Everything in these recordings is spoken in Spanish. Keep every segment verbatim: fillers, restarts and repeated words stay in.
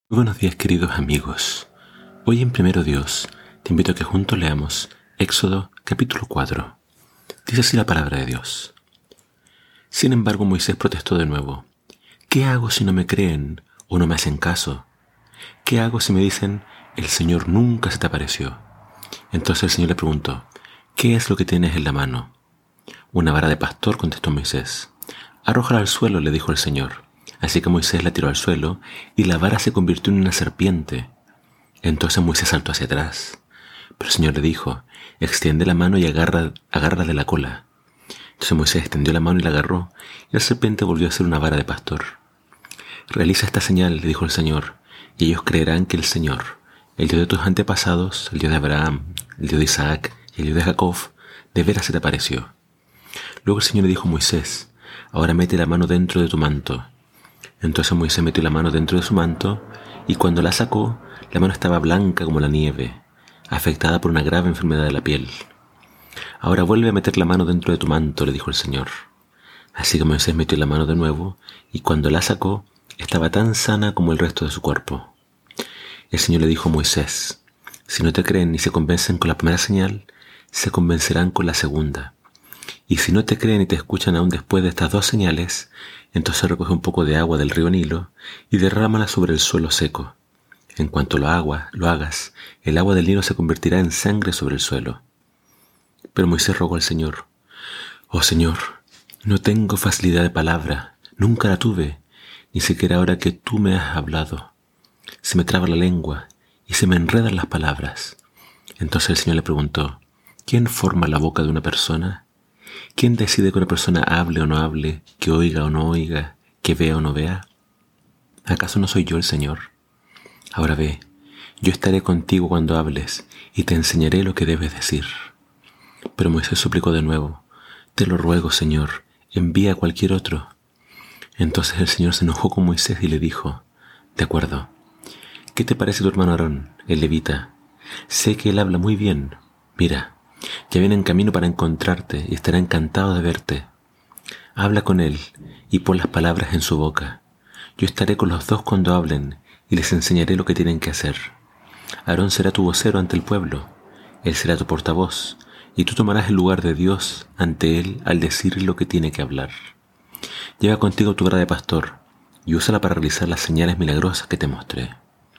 Muy buenos días, queridos amigos. Hoy en Primero Dios te invito a que juntos leamos Éxodo capítulo cuatro. Dice así la palabra de Dios. Sin embargo, Moisés protestó de nuevo. ¿Qué hago si no me creen o no me hacen caso? ¿Qué hago si me dicen, el Señor nunca se te apareció? Entonces el Señor le preguntó, ¿qué es lo que tienes en la mano? Una vara de pastor, contestó Moisés. Arrójala al suelo, le dijo el Señor. Así que Moisés la tiró al suelo y la vara se convirtió en una serpiente. Entonces Moisés saltó hacia atrás. Pero el Señor le dijo, extiende la mano y agarra, agarra de la cola. Entonces Moisés extendió la mano y la agarró, y la serpiente volvió a ser una vara de pastor. Realiza esta señal, le dijo el Señor, y ellos creerán que el Señor, el Dios de tus antepasados, el Dios de Abraham, el Dios de Isaac y el Dios de Jacob, de veras se te apareció. Luego el Señor le dijo a Moisés, ahora mete la mano dentro de tu manto. Entonces Moisés metió la mano dentro de su manto, y cuando la sacó, la mano estaba blanca como la nieve, afectada por una grave enfermedad de la piel. Ahora vuelve a meter la mano dentro de tu manto, le dijo el Señor. Así que Moisés metió la mano de nuevo, y cuando la sacó, estaba tan sana como el resto de su cuerpo. El Señor le dijo a Moisés, si no te creen ni se convencen con la primera señal, se convencerán con la segunda. Y si no te creen y te escuchan aún después de estas dos señales, entonces recoge un poco de agua del río Nilo y derrámala sobre el suelo seco. En cuanto lo, agua, lo hagas, el agua del Nilo se convertirá en sangre sobre el suelo. Pero Moisés rogó al Señor, oh Señor, no tengo facilidad de palabra, nunca la tuve, ni siquiera ahora que tú me has hablado. Se me traba la lengua y se me enredan las palabras. Entonces el Señor le preguntó, ¿quién forma la boca de una persona? ¿Quién decide que una persona hable o no hable, que oiga o no oiga, que vea o no vea? ¿Acaso no soy yo el Señor? Ahora ve, yo estaré contigo cuando hables y te enseñaré lo que debes decir. Pero Moisés suplicó de nuevo, te lo ruego, Señor, envía a cualquier otro. Entonces el Señor se enojó con Moisés y le dijo, de acuerdo, ¿qué te parece tu hermano Aarón, el levita? Sé que él habla muy bien. Mira, ya viene en camino para encontrarte y estará encantado de verte. Habla con él y pon las palabras en su boca. Yo estaré con los dos cuando hablen y les enseñaré lo que tienen que hacer. Aarón será tu vocero ante el pueblo. Él será tu portavoz y tú tomarás el lugar de Dios ante él al decirle lo que tiene que hablar. Lleva contigo tu vara de pastor y úsala para realizar las señales milagrosas que te mostré.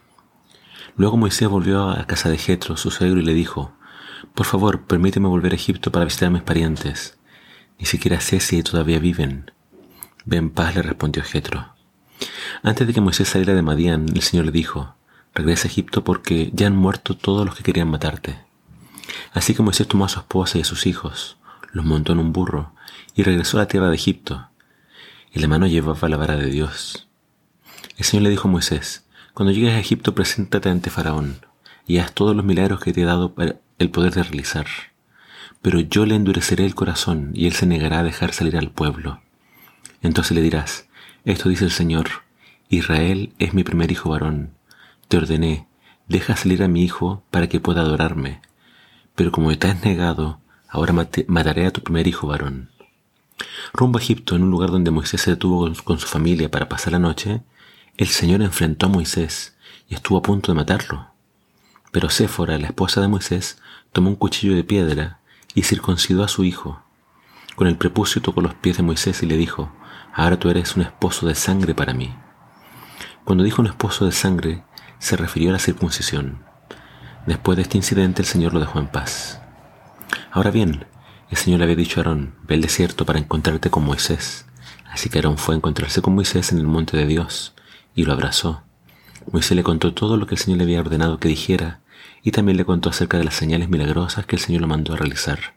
Luego Moisés volvió a casa de Jetro, su suegro, y le dijo, por favor, permíteme volver a Egipto para visitar a mis parientes. Ni siquiera sé si todavía viven. Ve en paz, le respondió Jetro. Antes de que Moisés saliera de Madián, el Señor le dijo, regresa a Egipto porque ya han muerto todos los que querían matarte. Así que Moisés tomó a su esposa y a sus hijos, los montó en un burro y regresó a la tierra de Egipto. En la mano llevaba la vara de Dios. El Señor le dijo a Moisés, cuando llegues a Egipto, preséntate ante Faraón y haz todos los milagros que te he dado para el poder de realizar. Pero yo le endureceré el corazón y él se negará a dejar salir al pueblo. Entonces le dirás, esto dice el Señor, Israel es mi primer hijo varón. Te ordené, deja salir a mi hijo para que pueda adorarme. Pero como te has negado, ahora mate, mataré a tu primer hijo varón. Rumbo a Egipto, en un lugar donde Moisés se detuvo con, con su familia para pasar la noche, el Señor enfrentó a Moisés y estuvo a punto de matarlo. Pero Séfora, la esposa de Moisés, tomó un cuchillo de piedra y circuncidó a su hijo. Con el prepucio tocó los pies de Moisés y le dijo, ahora tú eres un esposo de sangre para mí. Cuando dijo un esposo de sangre, se refirió a la circuncisión. Después de este incidente, el Señor lo dejó en paz. Ahora bien, el Señor le había dicho a Aarón, ve al desierto para encontrarte con Moisés. Así que Aarón fue a encontrarse con Moisés en el monte de Dios y lo abrazó. Moisés le contó todo lo que el Señor le había ordenado que dijera y también le contó acerca de las señales milagrosas que el Señor lo mandó a realizar.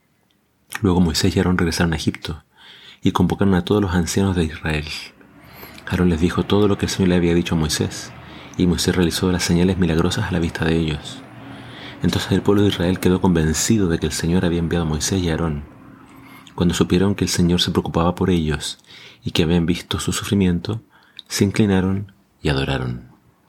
Luego Moisés y Aarón regresaron a Egipto y convocaron a todos los ancianos de Israel. Aarón les dijo todo lo que el Señor le había dicho a Moisés y Moisés realizó las señales milagrosas a la vista de ellos. Entonces el pueblo de Israel quedó convencido de que el Señor había enviado a Moisés y a Aarón. Cuando supieron que el Señor se preocupaba por ellos y que habían visto su sufrimiento, se inclinaron y adoraron.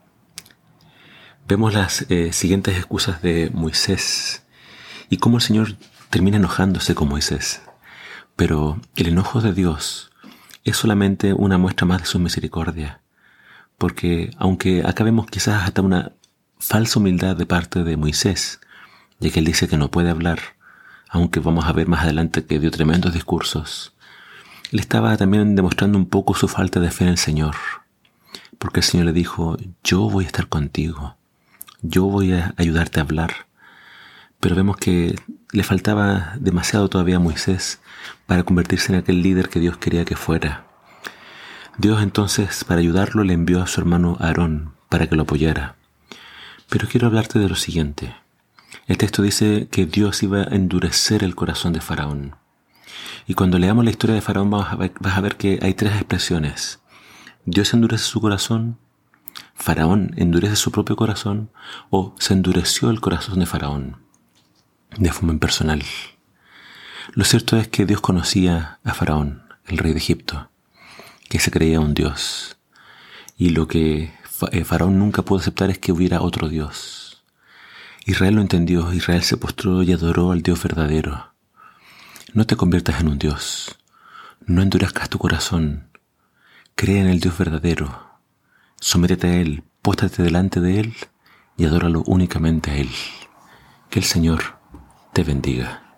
Vemos las eh, siguientes excusas de Moisés y cómo el Señor termina enojándose con Moisés. Pero el enojo de Dios es solamente una muestra más de su misericordia, porque aunque acá vemos quizás hasta una falsa humildad de parte de Moisés, ya que él dice que no puede hablar, aunque vamos a ver más adelante que dio tremendos discursos, él estaba también demostrando un poco su falta de fe en el Señor, porque el Señor le dijo, yo voy a estar contigo, yo voy a ayudarte a hablar. Pero vemos que le faltaba demasiado todavía a Moisés para convertirse en aquel líder que Dios quería que fuera. Dios entonces, para ayudarlo, le envió a su hermano Aarón para que lo apoyara. Pero quiero hablarte de lo siguiente. El texto dice que Dios iba a endurecer el corazón de Faraón. Y cuando leamos la historia de Faraón vas a ver, vas a ver que hay tres expresiones. Dios endurece su corazón, Faraón endurece su propio corazón, o se endureció el corazón de Faraón, de forma impersonal. Lo cierto es que Dios conocía a Faraón, el rey de Egipto, que se creía un Dios. Y lo que Faraón nunca pudo aceptar es que hubiera otro Dios. Israel lo entendió, Israel se postró y adoró al Dios verdadero. No te conviertas en un Dios, no endurezcas tu corazón, cree en el Dios verdadero, sométete a Él, póstrate delante de Él y adóralo únicamente a Él. Que el Señor te bendiga.